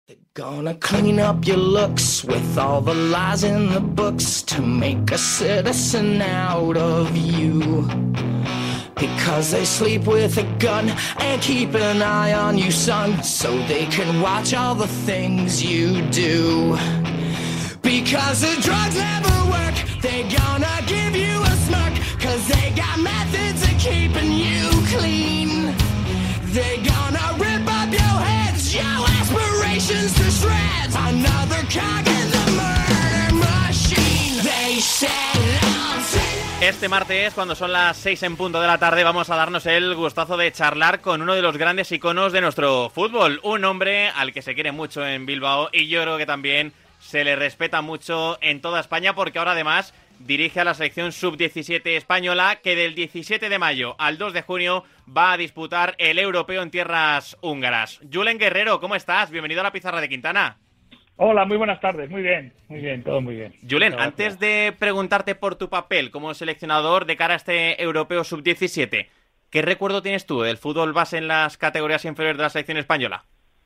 Gonna clean up your looks with all the lies in the books to make a citizen out of you. Because they sleep with a gun and keep an eye on you, son, so they can watch all the things you do. Because the drugs never work, they gonna give you a smirk, cause they got methods of keeping you clean. They gonna rip up your heads, your aspirations to shreds. Another cog in the murder machine. They said Este martes, cuando son las 6 en punto de la tarde, vamos a darnos el gustazo de charlar con uno de los grandes iconos de nuestro fútbol. Un hombre al que se quiere mucho en Bilbao y yo creo que también se le respeta mucho en toda España, porque ahora además dirige a la selección sub-17 española, que del 17 de mayo al 2 de junio va a disputar el europeo en tierras húngaras. Julen Guerrero, ¿cómo estás? Bienvenido a la Pizarra de Quintana. Hola, muy buenas tardes, muy bien, todo muy bien. Julen, antes de preguntarte por tu papel como seleccionador de cara a este europeo sub-17, ¿qué recuerdo tienes tú del fútbol base en las categorías inferiores de la selección española?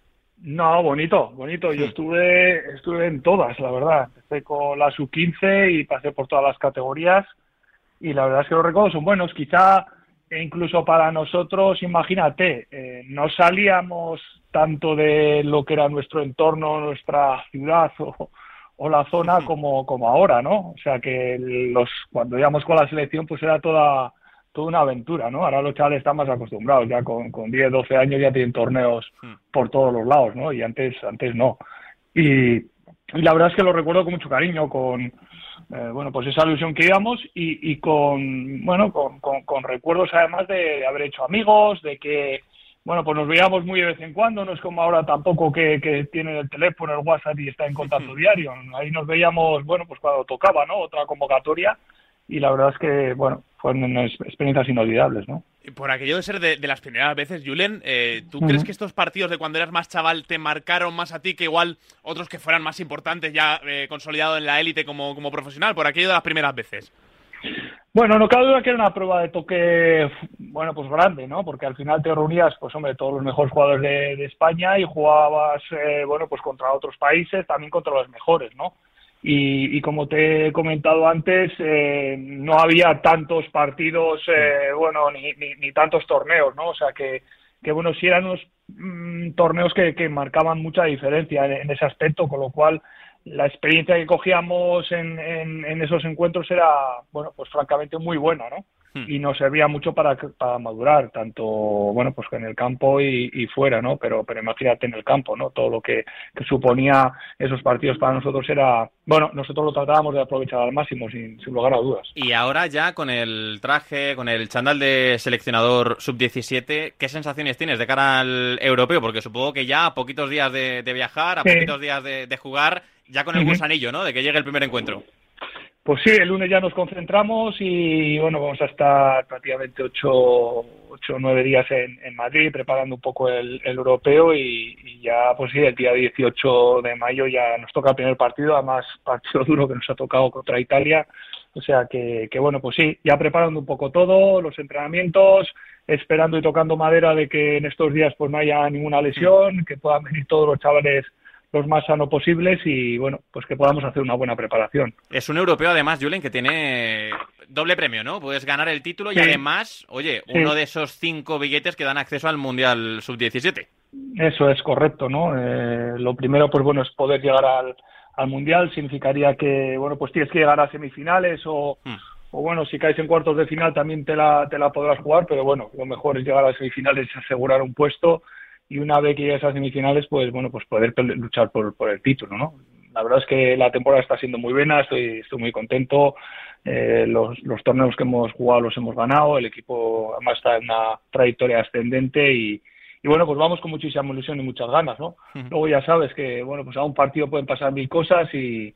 No, bonito. Yo estuve en todas, la verdad. Empecé con la sub-15 y pasé por todas las categorías y la verdad es que los recuerdos son buenos. Quizá incluso para nosotros, imagínate, no salíamos tanto de lo que era nuestro entorno, nuestra ciudad o la zona como ahora, ¿no? O sea que cuando íbamos con la selección pues era toda una aventura, ¿no? Ahora los chavales están más acostumbrados, ya con 10, 12 años ya tienen torneos por todos los lados, ¿no? Y antes no. Y la verdad es que lo recuerdo con mucho cariño, con pues esa ilusión que íbamos y con recuerdos además de haber hecho amigos, de que pues nos veíamos muy de vez en cuando, no es como ahora tampoco que tienen el teléfono, el WhatsApp y está en contacto diario. Ahí nos veíamos, pues cuando tocaba, ¿no? Otra convocatoria. Y la verdad es que, fueron unas experiencias inolvidables, ¿no? Por aquello de ser de las primeras veces, Julen, ¿tú crees que estos partidos de cuando eras más chaval te marcaron más a ti que igual otros que fueran más importantes ya consolidado en la élite como profesional, por aquello de las primeras veces? Bueno, no cabe duda que era una prueba de toque, pues grande, ¿no? Porque al final te reunías, todos los mejores jugadores de España y jugabas, pues contra otros países, también contra los mejores, ¿no? Y como te he comentado antes, no había tantos partidos, ni tantos torneos, ¿no? O sea que sí eran unos torneos que marcaban mucha diferencia en ese aspecto, con lo cual la experiencia que cogíamos en esos encuentros era, pues francamente muy buena, ¿no? Y nos servía mucho para madurar, tanto, pues en el campo y fuera, ¿no? Pero imagínate en el campo, ¿no? Todo lo que suponía esos partidos para nosotros era, nosotros lo tratábamos de aprovechar al máximo, sin lugar a dudas. Y ahora ya con el traje, con el chándal de seleccionador sub-17, ¿qué sensaciones tienes de cara al europeo? Porque supongo que ya a poquitos días de viajar, a poquitos días de jugar, ya con el gusanillo, ¿no? De que llegue el primer encuentro. Pues sí, el lunes ya nos concentramos y vamos a estar prácticamente 8 o 9 días en Madrid preparando un poco el europeo y ya, pues sí, el día 18 de mayo ya nos toca el primer partido, además partido duro que nos ha tocado contra Italia, o sea que pues sí, ya preparando un poco todo, los entrenamientos, esperando y tocando madera de que en estos días pues no haya ninguna lesión, que puedan venir todos los chavales los más sanos posibles y, pues que podamos hacer una buena preparación. Es un europeo, además, Julen, que tiene doble premio, ¿no? Puedes ganar el título y además, uno de esos 5 billetes que dan acceso al Mundial Sub-17. Eso es correcto, ¿no? Lo primero, pues es poder llegar al Mundial. Significaría que, pues tienes que llegar a semifinales o si caes en cuartos de final también te la podrás jugar, pero lo mejor es llegar a semifinales y asegurar un puesto. Y una vez que llegues a semifinales, pues poder luchar por el título, ¿no? La verdad es que la temporada está siendo muy buena, estoy muy contento. Los torneos que hemos jugado los hemos ganado, el equipo además está en una trayectoria ascendente y pues vamos con muchísima ilusión y muchas ganas, ¿no? Luego ya sabes que, pues a un partido pueden pasar 1000 cosas y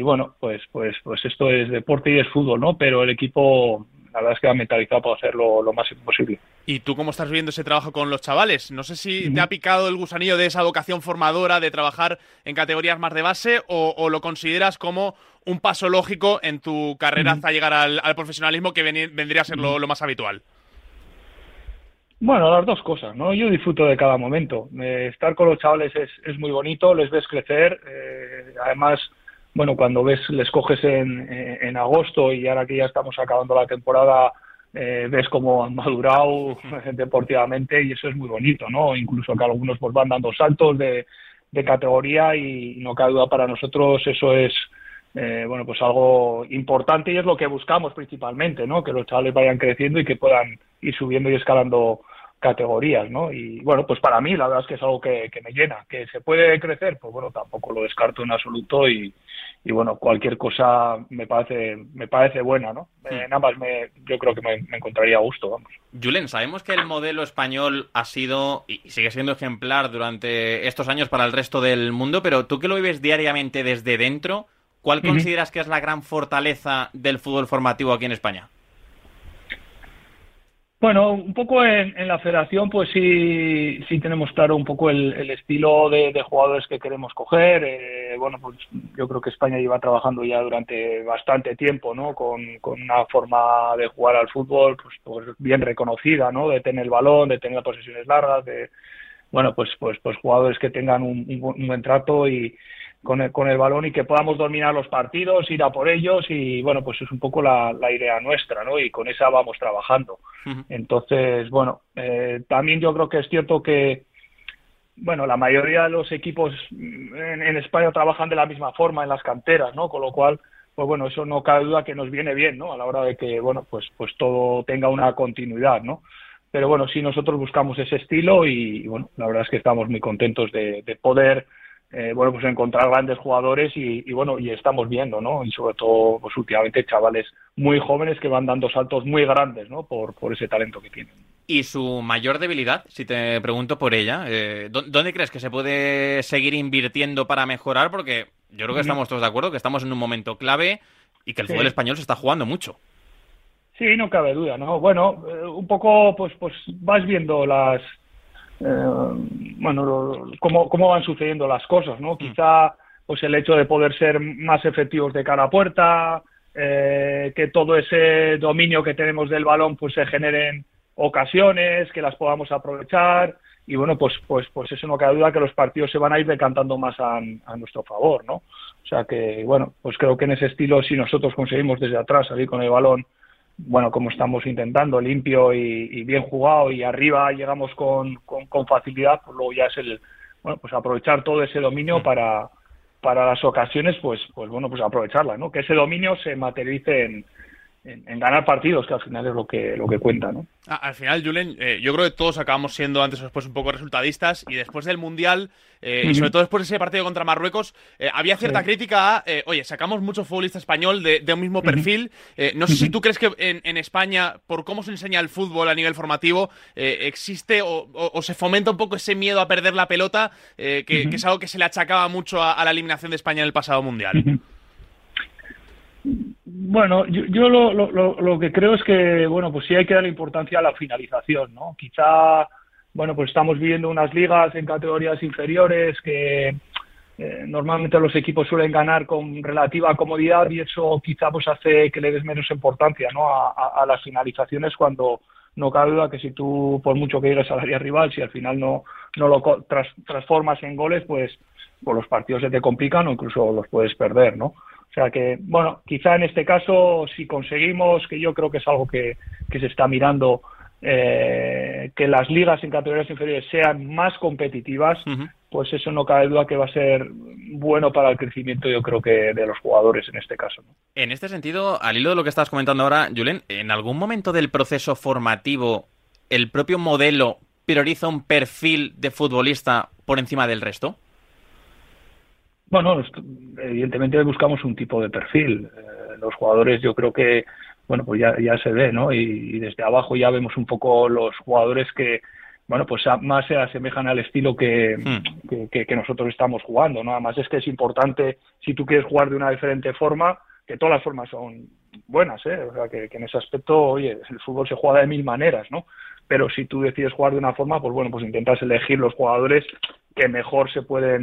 pues esto es deporte y es fútbol, ¿no? Pero el equipo, la verdad es que va mentalizado para hacerlo lo máximo posible. ¿Y tú cómo estás viendo ese trabajo con los chavales? No sé si te ha picado el gusanillo de esa vocación formadora de trabajar en categorías más de base o lo consideras como un paso lógico en tu carrera hasta llegar al profesionalismo, que vendría a ser lo más habitual. Bueno, las dos cosas, ¿no? Yo disfruto de cada momento. Estar con los chavales es muy bonito, les ves crecer. Además, bueno, cuando les coges en agosto y ahora que ya estamos acabando la temporada, ves cómo han madurado deportivamente y eso es muy bonito, ¿no? Incluso que algunos pues van dando saltos de categoría y no cabe duda para nosotros eso es bueno, pues algo importante y es lo que buscamos principalmente, ¿no? Que los chavales vayan creciendo y que puedan ir subiendo y escalando categorías, ¿no? Y bueno, pues para mí la verdad es que es algo que me llena. ¿Que se puede crecer? Pues bueno, tampoco lo descarto en absoluto y bueno, cualquier cosa me parece buena, ¿no? Nada más yo creo que me encontraría a gusto, vamos. Julen, sabemos que el modelo español ha sido y sigue siendo ejemplar durante estos años para el resto del mundo, pero tú que lo vives diariamente desde dentro, ¿cuál consideras que es la gran fortaleza del fútbol formativo aquí en España? Bueno, un poco en la federación pues sí tenemos claro un poco el estilo de jugadores que queremos coger. Bueno, pues yo creo que España lleva trabajando ya durante bastante tiempo, ¿no? Con una forma de jugar al fútbol pues bien reconocida, ¿no? De tener el balón, de tener posesiones largas, de bueno, pues jugadores que tengan un buen trato y con el balón y que podamos dominar los partidos, ir a por ellos y bueno, pues es un poco la idea nuestra, ¿no? Y con esa vamos trabajando. Entonces, bueno, también yo creo que es cierto que bueno, la mayoría de los equipos en España trabajan de la misma forma en las canteras, ¿no? Con lo cual, pues bueno, eso no cabe duda que nos viene bien, ¿no? A la hora de que, bueno, pues todo tenga una continuidad, ¿no? Pero bueno, sí nosotros buscamos ese estilo y bueno, la verdad es que estamos muy contentos de poder bueno, pues encontrar grandes jugadores y bueno, y estamos viendo, ¿no? Y sobre todo, pues últimamente chavales muy jóvenes que van dando saltos muy grandes, ¿no? Por ese talento que tienen. ¿Y su mayor debilidad, si te pregunto por ella? ¿Dónde crees que se puede seguir invirtiendo para mejorar? Porque yo creo que estamos todos de acuerdo que estamos en un momento clave y que el fútbol español se está jugando mucho. Sí, no cabe duda, ¿no? Bueno, un poco, pues vas viendo las bueno, cómo van sucediendo las cosas, ¿no? Quizá pues el hecho de poder ser más efectivos de cara a puerta, que todo ese dominio que tenemos del balón pues se generen ocasiones, que las podamos aprovechar y bueno, pues eso no cabe duda que los partidos se van a ir decantando más a nuestro favor, ¿no? O sea que, bueno, pues creo que en ese estilo si nosotros conseguimos desde atrás salir con el balón bueno, como estamos intentando, limpio y bien jugado y arriba llegamos con facilidad, pues luego ya es bueno, pues aprovechar todo ese dominio para las ocasiones, pues bueno, pues aprovecharla, ¿no? Que ese dominio se materialice en ganar partidos, que al final es lo que cuenta, ¿no? Al final, Julen, yo creo que todos acabamos siendo antes o después un poco resultadistas y después del Mundial y sobre todo después de ese partido contra Marruecos había cierta crítica a, oye, sacamos mucho futbolista español de un mismo perfil. No sé si tú crees que en España, por cómo se enseña el fútbol a nivel formativo, existe o se fomenta un poco ese miedo a perder la pelota, que es algo que se le achacaba mucho a la eliminación de España en el pasado Mundial. Bueno, yo lo que creo es que, bueno, pues sí hay que darle importancia a la finalización, ¿no? Quizá, bueno, pues estamos viviendo unas ligas en categorías inferiores que normalmente los equipos suelen ganar con relativa comodidad y eso quizá pues hace que le des menos importancia, ¿no? A las finalizaciones cuando no cabe duda que si tú, por mucho que llegues al área rival, si al final no lo transformas en goles, pues los partidos se te complican o incluso los puedes perder, ¿no? O sea que, bueno, quizá en este caso, si conseguimos, que yo creo que es algo que se está mirando, que las ligas en categorías inferiores sean más competitivas, pues eso no cabe duda que va a ser bueno para el crecimiento, yo creo que de los jugadores en este caso, ¿no? En este sentido, al hilo de lo que estabas comentando ahora, Julen, ¿en algún momento del proceso formativo el propio modelo prioriza un perfil de futbolista por encima del resto? Bueno, evidentemente buscamos un tipo de perfil. Los jugadores yo creo que, bueno, pues ya se ve, ¿no? Y desde abajo ya vemos un poco los jugadores que, bueno, pues más se asemejan al estilo que nosotros estamos jugando, ¿no? Además es que es importante, si tú quieres jugar de una diferente forma, que todas las formas son buenas, ¿eh? O sea, que en ese aspecto, oye, el fútbol se juega de mil maneras, ¿no? Pero si tú decides jugar de una forma, pues bueno, pues intentas elegir los jugadores que mejor se pueden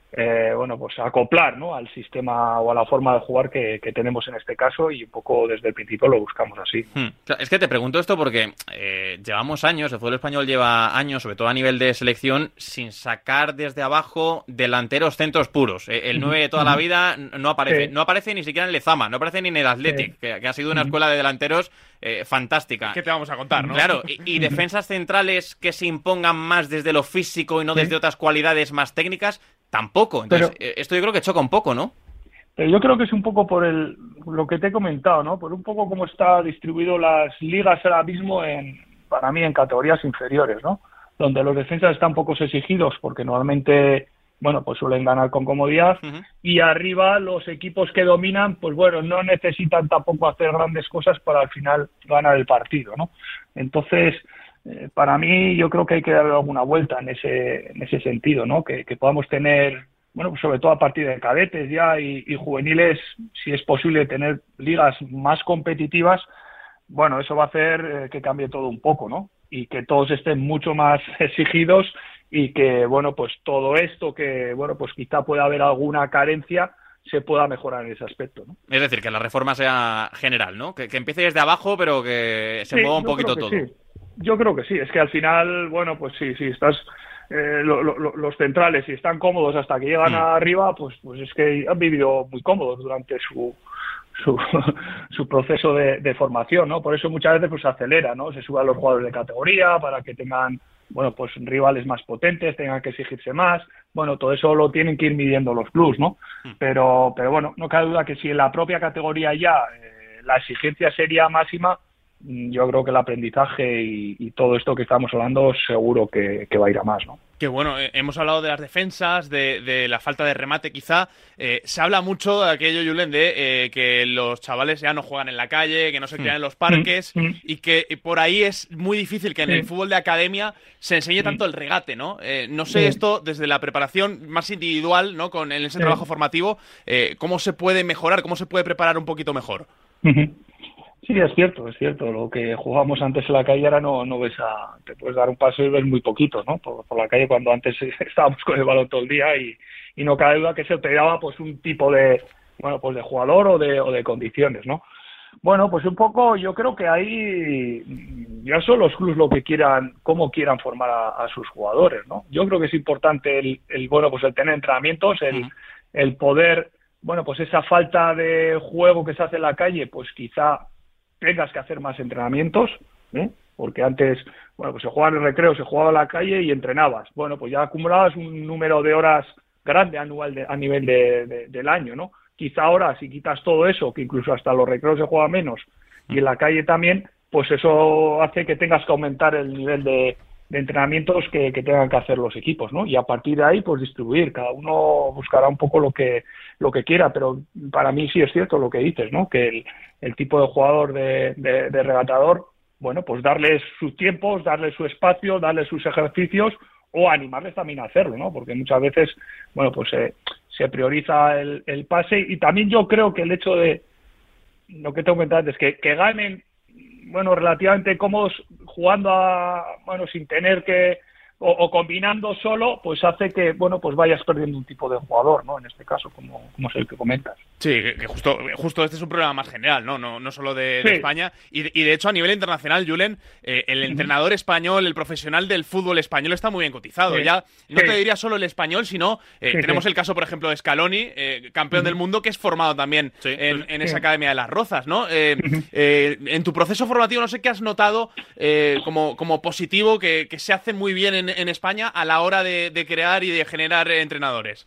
bueno, pues acoplar, ¿no?, al sistema o a la forma de jugar que tenemos en este caso, y un poco desde el principio lo buscamos así. Es que te pregunto esto porque llevamos años, el fútbol español lleva años, sobre todo a nivel de selección, sin sacar desde abajo delanteros centros puros. El 9 de toda la vida no aparece, no aparece ni siquiera en Lezama, no aparece ni en el Athletic, que ha sido una escuela de delanteros fantástica. ¿Qué te vamos a contar, no? Claro, y defensas centrales que se impongan más desde lo físico y no desde otras cualidades más técnicas, tampoco. Entonces, esto yo creo que choca un poco, ¿no? Pero yo creo que es un poco por lo que te he comentado, ¿no? Por un poco cómo está distribuido las ligas ahora mismo para mí en categorías inferiores, ¿no? Donde los defensas están pocos exigidos porque normalmente, bueno, pues suelen ganar con comodidad, y arriba los equipos que dominan, pues bueno, no necesitan tampoco hacer grandes cosas para al final ganar el partido, ¿no? Entonces, para mí yo creo que hay que darle alguna vuelta en ese sentido, ¿no? Que podamos tener, bueno, pues sobre todo a partir de cadetes ya y juveniles, si es posible tener ligas más competitivas. Bueno, eso va a hacer que cambie todo un poco, ¿no? Y que todos estén mucho más exigidos, y que, bueno, pues todo esto que, bueno, pues quizá pueda haber alguna carencia, se pueda mejorar en ese aspecto, ¿no? Es decir, que la reforma sea general, ¿no? Que empiece desde abajo, pero que se mueva un poquito todo. Sí. Yo creo que sí. Es que al final, bueno, pues sí, estás... los centrales, si están cómodos hasta que llegan arriba, pues es que han vivido muy cómodos durante su proceso de formación, ¿no? Por eso muchas veces pues se acelera, ¿no? Se sube a los jugadores de categoría para que tengan, bueno, pues rivales más potentes, tengan que exigirse más. Bueno, todo eso lo tienen que ir midiendo los clubs, ¿no? Pero bueno, no cabe duda que si en la propia categoría ya la exigencia sería máxima, yo creo que el aprendizaje y todo esto que estamos hablando seguro que va a ir a más, ¿no? Que bueno, hemos hablado de las defensas, de la falta de remate quizá. Se habla mucho de aquello, Julen, de que los chavales ya no juegan en la calle, que no se crían en los parques, y que por ahí es muy difícil que en el fútbol de academia se enseñe tanto el regate, ¿no? No sé esto desde la preparación más individual, ¿no? Con ese trabajo formativo, ¿cómo se puede mejorar, cómo se puede preparar un poquito mejor? Sí, es cierto. Lo que jugábamos antes en la calle ahora no ves te puedes dar un paso y ves muy poquito, ¿no? Por la calle, cuando antes estábamos con el balón todo el día, y no cabe duda que se te daba pues un tipo de, bueno, pues de jugador o de condiciones, ¿no? Bueno, pues un poco yo creo que ahí ya son los clubes lo que quieran, cómo quieran formar a sus jugadores, ¿no? Yo creo que es importante el bueno, pues el tener entrenamientos, el poder, bueno, pues esa falta de juego que se hace en la calle, pues quizá tengas que hacer más entrenamientos, porque antes, bueno, pues se jugaba en el recreo, se jugaba en la calle y entrenabas. Bueno, pues ya acumulabas un número de horas grande anual a nivel del año, ¿no? Quizá ahora, si quitas todo eso, que incluso hasta los recreos se juega menos, y en la calle también, pues eso hace que tengas que aumentar el nivel de entrenamientos que tengan que hacer los equipos, ¿no? Y a partir de ahí, pues distribuir. Cada uno buscará un poco lo que quiera, pero para mí sí es cierto lo que dices, ¿no? Que el tipo de jugador de regatador, bueno, pues darles sus tiempos, darles su espacio, darles sus ejercicios, o animarles también a hacerlo, ¿no? Porque muchas veces, bueno, pues se prioriza el pase, y también yo creo que el hecho de lo que te he comentado antes, que ganen, bueno, relativamente cómodos jugando bueno, sin tener que o combinando solo, pues hace que, bueno, pues vayas perdiendo un tipo de jugador, ¿no? En este caso, como es el que comentas. Sí, que justo este es un problema más general, no solo de España. Y de hecho, a nivel internacional, Julen, el entrenador español, el profesional del fútbol español está muy bien cotizado. Ya no te diría solo el español, sino tenemos el caso, por ejemplo, de Scaloni, campeón del mundo, que es formado también en esa Academia de las Rozas, ¿no? En tu proceso formativo, no sé qué has notado como positivo que se hace muy bien en España a la hora de crear y de generar entrenadores.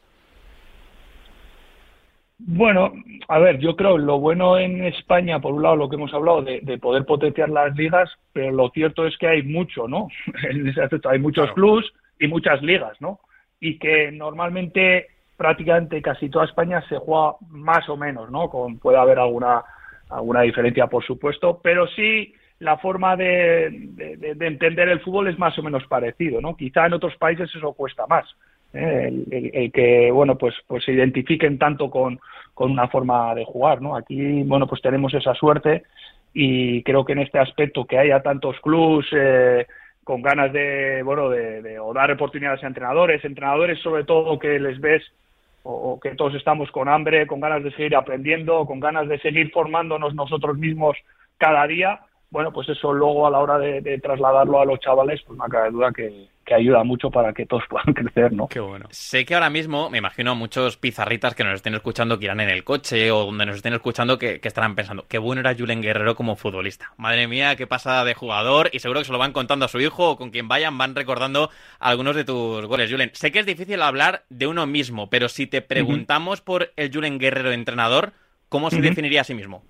Bueno, a ver, yo creo lo bueno en España, por un lado, lo que hemos hablado de poder potenciar las ligas, pero lo cierto es que hay mucho, ¿no? En ese aspecto hay muchos clubs y muchas ligas, ¿no? Y que normalmente prácticamente casi toda España se juega más o menos, ¿no? Puede haber alguna diferencia, por supuesto, pero sí la forma de entender el fútbol es más o menos parecido, ¿no? Quizá en otros países eso cuesta más. El que, bueno, pues se identifiquen tanto con una forma de jugar, ¿no? Aquí, bueno, pues tenemos esa suerte, y creo que en este aspecto que haya tantos clubs con ganas de dar oportunidades a entrenadores sobre todo que les ves o que todos estamos con hambre, con ganas de seguir aprendiendo, con ganas de seguir formándonos nosotros mismos cada día. Bueno, pues eso luego a la hora de trasladarlo a los chavales, pues no cabe duda que ayuda mucho para que todos puedan crecer, ¿no? Qué bueno. Sé que ahora mismo, me imagino a muchos pizarritas que nos estén escuchando, que irán en el coche o donde nos estén escuchando, que estarán pensando, qué bueno era Julen Guerrero como futbolista. Madre mía, qué pasada de jugador, y seguro que se lo van contando a su hijo o con quien vayan, van recordando algunos de tus goles, Julen. Sé que es difícil hablar de uno mismo, pero si te preguntamos por el Julen Guerrero entrenador, ¿cómo se definiría a sí mismo?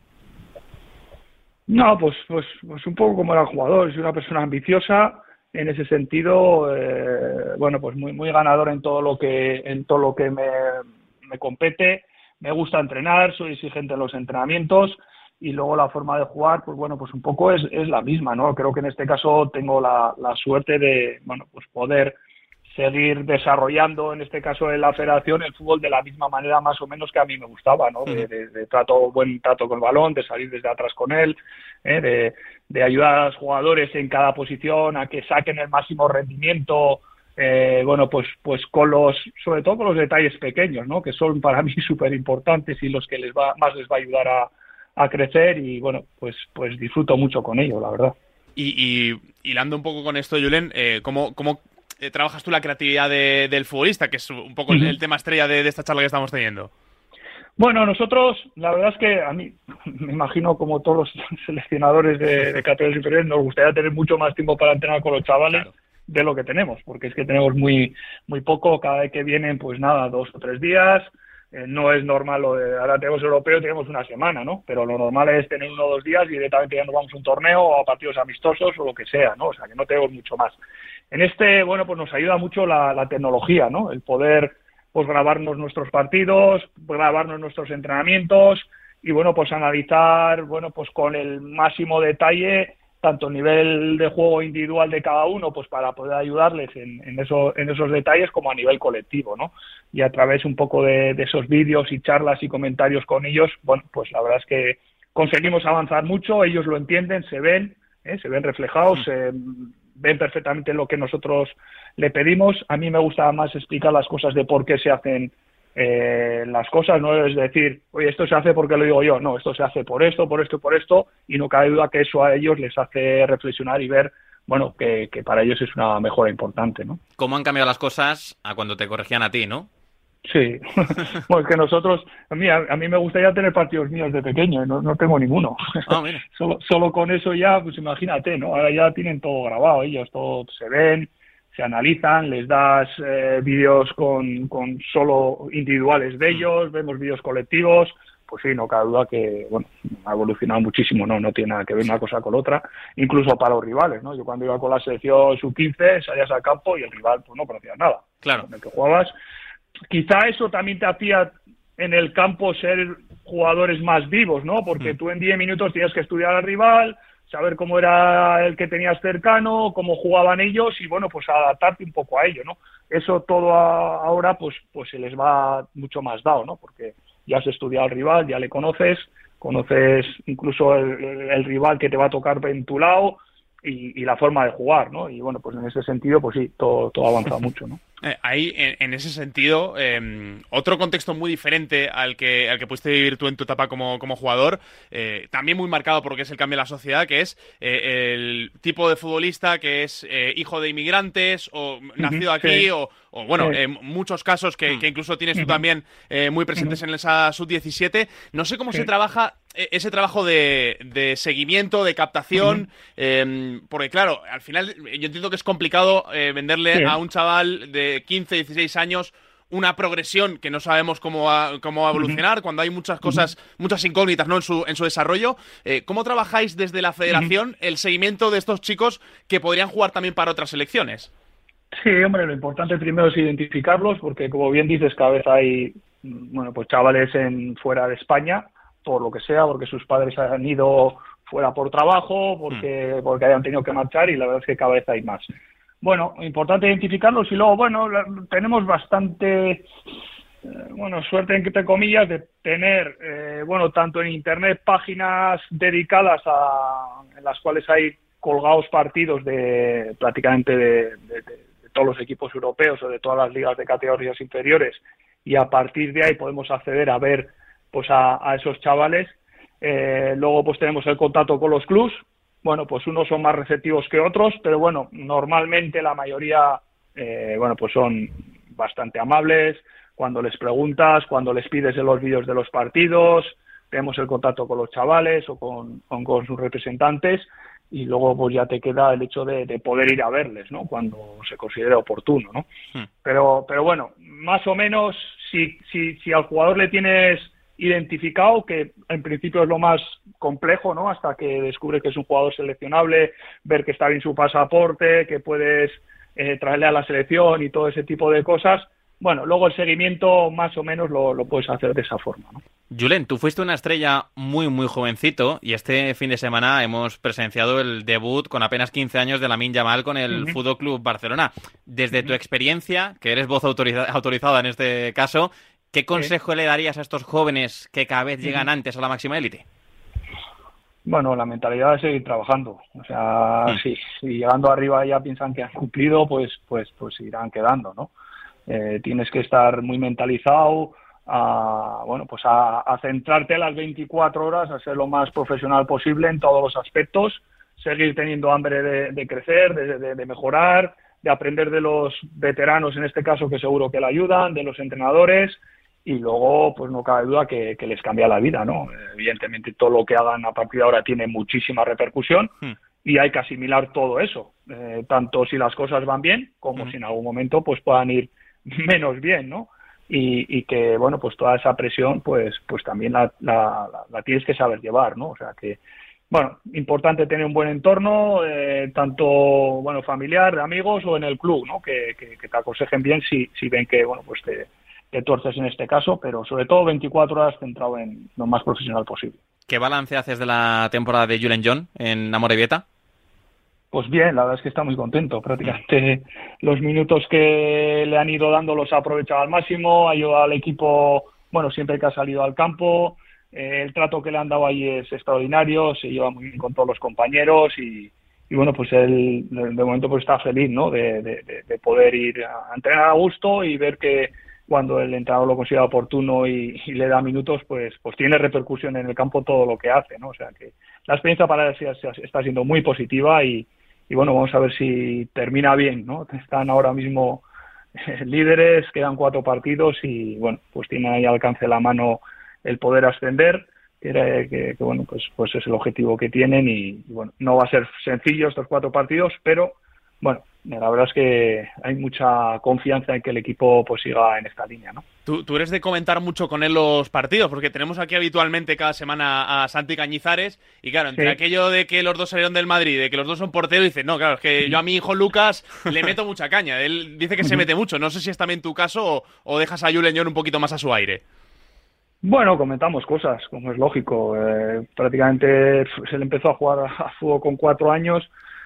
No, pues un poco como era el jugador, es una persona ambiciosa, en ese sentido, bueno, pues muy ganador en todo lo que me compete. Me gusta entrenar, soy exigente en los entrenamientos y luego la forma de jugar, pues bueno, pues un poco es la misma, ¿no? Creo que en este caso tengo la suerte de, bueno, pues poder seguir desarrollando, en este caso en la federación, el fútbol de la misma manera más o menos que a mí me gustaba, ¿no? De buen trato con el balón, de salir desde atrás con él, de ayudar a los jugadores en cada posición a que saquen el máximo rendimiento, bueno, pues sobre todo con los detalles pequeños, ¿no? Que son para mí súper importantes y los que les va a ayudar a crecer y, bueno, pues disfruto mucho con ello, la verdad. Y hilando un poco con esto, Julen, ¿cómo trabajas tú la creatividad del futbolista, que es un poco el tema estrella de esta charla que estamos teniendo? Bueno, nosotros, la verdad es que a mí, me imagino como todos los seleccionadores de categorías inferiores, nos gustaría tener mucho más tiempo para entrenar con los chavales, claro, de lo que tenemos, porque es que tenemos muy poco, cada vez que vienen, pues nada, 2 o 3 días, no es normal ahora tenemos europeo, tenemos una semana, ¿no? Pero lo normal es tener 1 o 2 días y directamente ya nos vamos a un torneo o a partidos amistosos o lo que sea, ¿no? O sea, que no tenemos mucho más. En bueno, pues nos ayuda mucho la tecnología, ¿no? El poder, pues, grabarnos nuestros partidos, grabarnos nuestros entrenamientos y, bueno, pues analizar, bueno, pues con el máximo detalle tanto el nivel de juego individual de cada uno, pues para poder ayudarles en esos detalles, como a nivel colectivo, ¿no? Y a través un poco de esos vídeos y charlas y comentarios con ellos, bueno, pues la verdad es que conseguimos avanzar mucho, ellos lo entienden, se ven reflejados, ven perfectamente lo que nosotros le pedimos. A mí me gusta más explicar las cosas de por qué se hacen las cosas, no es decir, oye, esto se hace porque lo digo yo, no, esto se hace por esto, y no cabe duda que eso a ellos les hace reflexionar y ver, bueno, que para ellos es una mejora importante, ¿no? ¿Cómo han cambiado las cosas a cuando te corregían a ti, no? Sí, bueno, es que nosotros, a mí me gustaría tener partidos míos de pequeño, no tengo ninguno. Mira. Solo con eso ya, pues imagínate, ¿no? Ahora ya tienen todo grabado, ellos todo se ven, se analizan, les das vídeos con solo individuales de ellos, vemos vídeos colectivos, pues sí, no cabe duda que, bueno, ha evolucionado muchísimo, no tiene nada que ver una cosa con otra, incluso para los rivales, ¿no? Yo cuando iba con la selección sub-15 salías al campo y el rival pues no conocías nada. Claro. En el que jugabas. Quizá eso también te hacía en el campo ser jugadores más vivos, ¿no? Porque tú en 10 minutos tienes que estudiar al rival, saber cómo era el que tenías cercano, cómo jugaban ellos y, bueno, pues adaptarte un poco a ello, ¿no? Eso todo ahora pues se les va mucho más dado, ¿no? Porque ya has estudiado al rival, ya le conoces incluso el rival que te va a tocar en tu lado y la forma de jugar, ¿no? Y, bueno, pues en ese sentido, pues sí, todo ha avanzado mucho, ¿no? Ahí, en ese sentido, otro contexto muy diferente al que pudiste vivir tú en tu etapa como jugador, también muy marcado por lo que es el cambio de la sociedad, que es el tipo de futbolista que es hijo de inmigrantes o nacido aquí, sí. o bueno, muchos casos que incluso tienes tú también muy presentes en esa sub-17. No sé cómo se trabaja ese trabajo de seguimiento, de captación, porque claro, al final yo entiendo que es complicado venderle a un chaval de 15, 16 años una progresión que no sabemos cómo va a evolucionar, cuando hay muchas cosas, muchas incógnitas, ¿no? en su desarrollo. ¿Cómo trabajáis desde la federación el seguimiento de estos chicos que podrían jugar también para otras selecciones? Sí, hombre, lo importante primero es identificarlos, porque como bien dices, cada vez hay, bueno, pues chavales fuera de España, por lo que sea, porque sus padres han ido fuera por trabajo, porque hayan tenido que marchar, y la verdad es que cada vez hay más. Bueno, importante identificarlos y luego, bueno, tenemos bastante, suerte, entre comillas, de tener, tanto en Internet páginas dedicadas en las cuales hay colgados partidos prácticamente de todos los equipos europeos o de todas las ligas de categorías inferiores y a partir de ahí podemos acceder a ver pues a esos chavales. Luego pues tenemos el contacto con los clubs. Bueno, pues unos son más receptivos que otros, pero bueno, normalmente la mayoría bueno, pues son bastante amables. Cuando les preguntas, cuando les pides en los vídeos de los partidos, tenemos el contacto con los chavales o con sus representantes, y luego pues ya te queda el hecho de poder ir a verles, ¿no? Cuando se considere oportuno, ¿no? Pero bueno, más o menos, si al jugador le tienes identificado, que en principio es lo más complejo, ¿no? Hasta que descubre que es un jugador seleccionable, ver que está bien su pasaporte, que puedes traerle a la selección y todo ese tipo de cosas. Bueno, luego el seguimiento más o menos lo puedes hacer de esa forma, ¿no? Julen, tú fuiste una estrella muy, muy jovencito y este fin de semana hemos presenciado el debut con apenas 15 años de Lamine Yamal con el Fútbol Club Barcelona. Desde tu experiencia, que eres voz autorizada en este caso, ¿qué consejo le darías a estos jóvenes que cada vez llegan antes a la máxima élite? Bueno, la mentalidad de seguir trabajando. O sea, si llegando arriba ya piensan que han cumplido, pues irán quedando, ¿no? Tienes que estar muy mentalizado a centrarte las 24 horas, a ser lo más profesional posible en todos los aspectos, seguir teniendo hambre de crecer, de mejorar, de aprender de los veteranos, en este caso, que seguro que le ayudan, de los entrenadores, y luego pues no cabe duda que les cambia la vida, ¿no? Evidentemente todo lo que hagan a partir de ahora tiene muchísima repercusión y hay que asimilar todo eso, tanto si las cosas van bien como si en algún momento pues puedan ir menos bien, ¿no? Y que, bueno, pues toda esa presión pues también la tienes que saber llevar, ¿no? O sea que, bueno, importante tener un buen entorno, tanto, bueno, familiar, de amigos o en el club, ¿no? Que te aconsejen bien si ven que, bueno, pues te tuerces en este caso, pero sobre todo 24 horas centrado en lo más profesional posible. ¿Qué balance haces de la temporada de Julen John en Amorebieta? Pues bien, la verdad es que está muy contento. Prácticamente los minutos que le han ido dando los ha aprovechado al máximo, ha ayudado al equipo, bueno, siempre que ha salido al campo. El trato que le han dado ahí es extraordinario, se lleva muy bien con todos los compañeros y bueno, pues él de momento pues está feliz, ¿no? De poder ir a entrenar a gusto y ver que cuando el entrenador lo considera oportuno y le da minutos, pues tiene repercusión en el campo todo lo que hace, ¿no? O sea que la experiencia para él está siendo muy positiva y bueno, vamos a ver si termina bien, ¿no? Están ahora mismo líderes, quedan 4 partidos y bueno, pues tienen ahí al alcance de la mano el poder ascender, que bueno, pues es el objetivo que tienen y bueno, no va a ser sencillo estos 4 partidos, pero bueno, la verdad es que hay mucha confianza en que el equipo pues siga en esta línea, ¿no? Tú eres de comentar mucho con él los partidos, porque tenemos aquí habitualmente cada semana a Santi Cañizares, y claro, entre aquello de que los dos salieron del Madrid, de que los dos son porteros, dice, no, claro, es que yo a mi hijo Lucas le meto mucha caña. Él dice que se mete mucho. No sé si es también tu caso o dejas a Julen John un poquito más a su aire. Bueno, comentamos cosas, como es lógico. Prácticamente se le empezó a jugar a fútbol con 4 años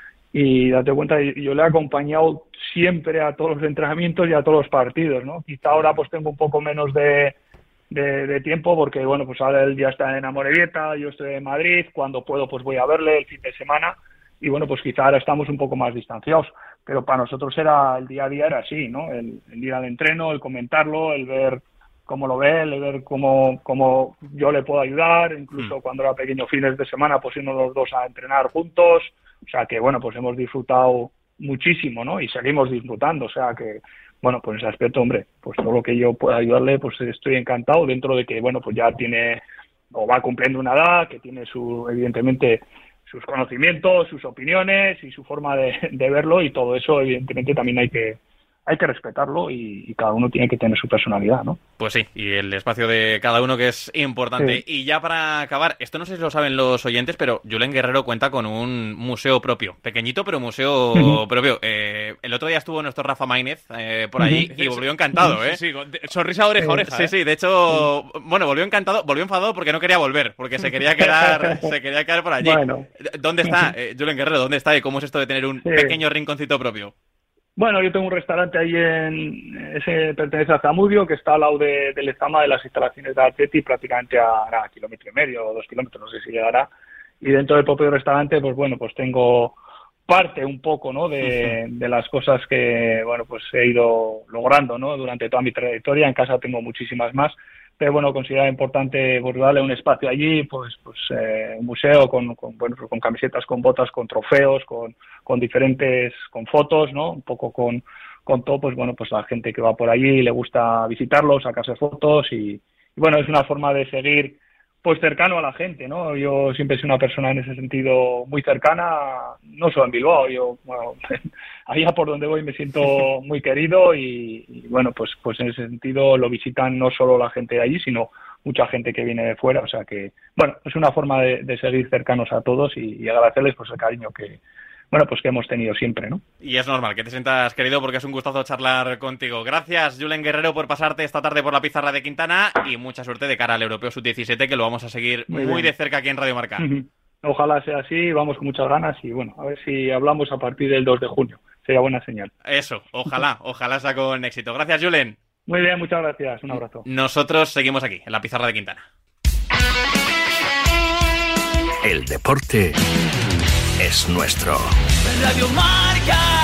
y date cuenta, yo le he acompañado siempre a todos los entrenamientos y a todos los partidos, ¿no? Quizá ahora pues tengo un poco menos de tiempo porque, bueno, pues ahora él ya está en Amorebieta, yo estoy en Madrid, cuando puedo pues voy a verle el fin de semana y, bueno, pues quizá ahora estamos un poco más distanciados, pero para nosotros el día a día era así, ¿no? El ir al entreno, el comentarlo, el ver cómo lo ve, el ver cómo yo le puedo ayudar, incluso cuando era pequeño fines de semana pues irnos los dos a entrenar juntos. O sea que, bueno, pues hemos disfrutado muchísimo, ¿no? Y seguimos disfrutando. O sea que, bueno, pues en ese aspecto, hombre, pues todo lo que yo pueda ayudarle, pues estoy encantado dentro de que, bueno, pues ya tiene o va cumpliendo una edad, que tiene evidentemente, sus conocimientos, sus opiniones y su forma de verlo y todo eso, evidentemente, también hay que respetarlo y cada uno tiene que tener su personalidad, ¿no? Pues sí, y el espacio de cada uno que es importante. Sí. Y ya para acabar, esto no sé si lo saben los oyentes, pero Julen Guerrero cuenta con un museo propio, pequeñito pero museo propio. El otro día estuvo nuestro Rafa Maínez por allí y volvió encantado, ¿eh? Sí, sonrisa oreja a oreja. Sí, sí, de hecho, bueno, volvió encantado, volvió enfadado porque no quería volver, porque se quería quedar por allí. Bueno. ¿Dónde está Julen Guerrero? ¿Dónde está y cómo es esto de tener un pequeño rinconcito propio? Bueno, yo tengo un restaurante ahí ese pertenece a Zamudio, que está al lado de Lezama, de las instalaciones de Atleti, prácticamente a 1,5 kilómetros o 2 kilómetros, no sé si llegará. Y dentro del propio restaurante, pues bueno, pues tengo parte un poco, ¿no? de las cosas que, bueno, pues he ido logrando, ¿no? Durante toda mi trayectoria. En casa tengo muchísimas más, pero bueno, consideraba importante pues, darle un espacio allí, pues un museo con camisetas, con botas, con trofeos, con diferentes, con fotos, ¿no? Un poco con todo, pues bueno, pues la gente que va por allí le gusta visitarlo, sacarse fotos y bueno, es una forma de seguir pues cercano a la gente, ¿no? Yo siempre soy una persona en ese sentido muy cercana, no solo en Bilbao, yo, bueno, allá por donde voy me siento muy querido y bueno, pues en ese sentido lo visitan no solo la gente de allí, sino mucha gente que viene de fuera, o sea que, bueno, es una forma de seguir cercanos a todos y agradecerles pues el cariño que, bueno, pues que hemos tenido siempre, ¿no? Y es normal que te sientas querido porque es un gustazo charlar contigo. Gracias, Julen Guerrero, por pasarte esta tarde por la pizarra de Quintana y mucha suerte de cara al Europeo Sub-17, que lo vamos a seguir muy de cerca aquí en Radio Marca. Ojalá sea así, vamos con muchas ganas y bueno, a ver si hablamos a partir del 2 de junio. Sería buena señal. Eso, ojalá sea con éxito. Gracias, Julen. Muy bien, muchas gracias. Un abrazo. Nosotros seguimos aquí, en la pizarra de Quintana. El deporte es nuestro. Radio Marca.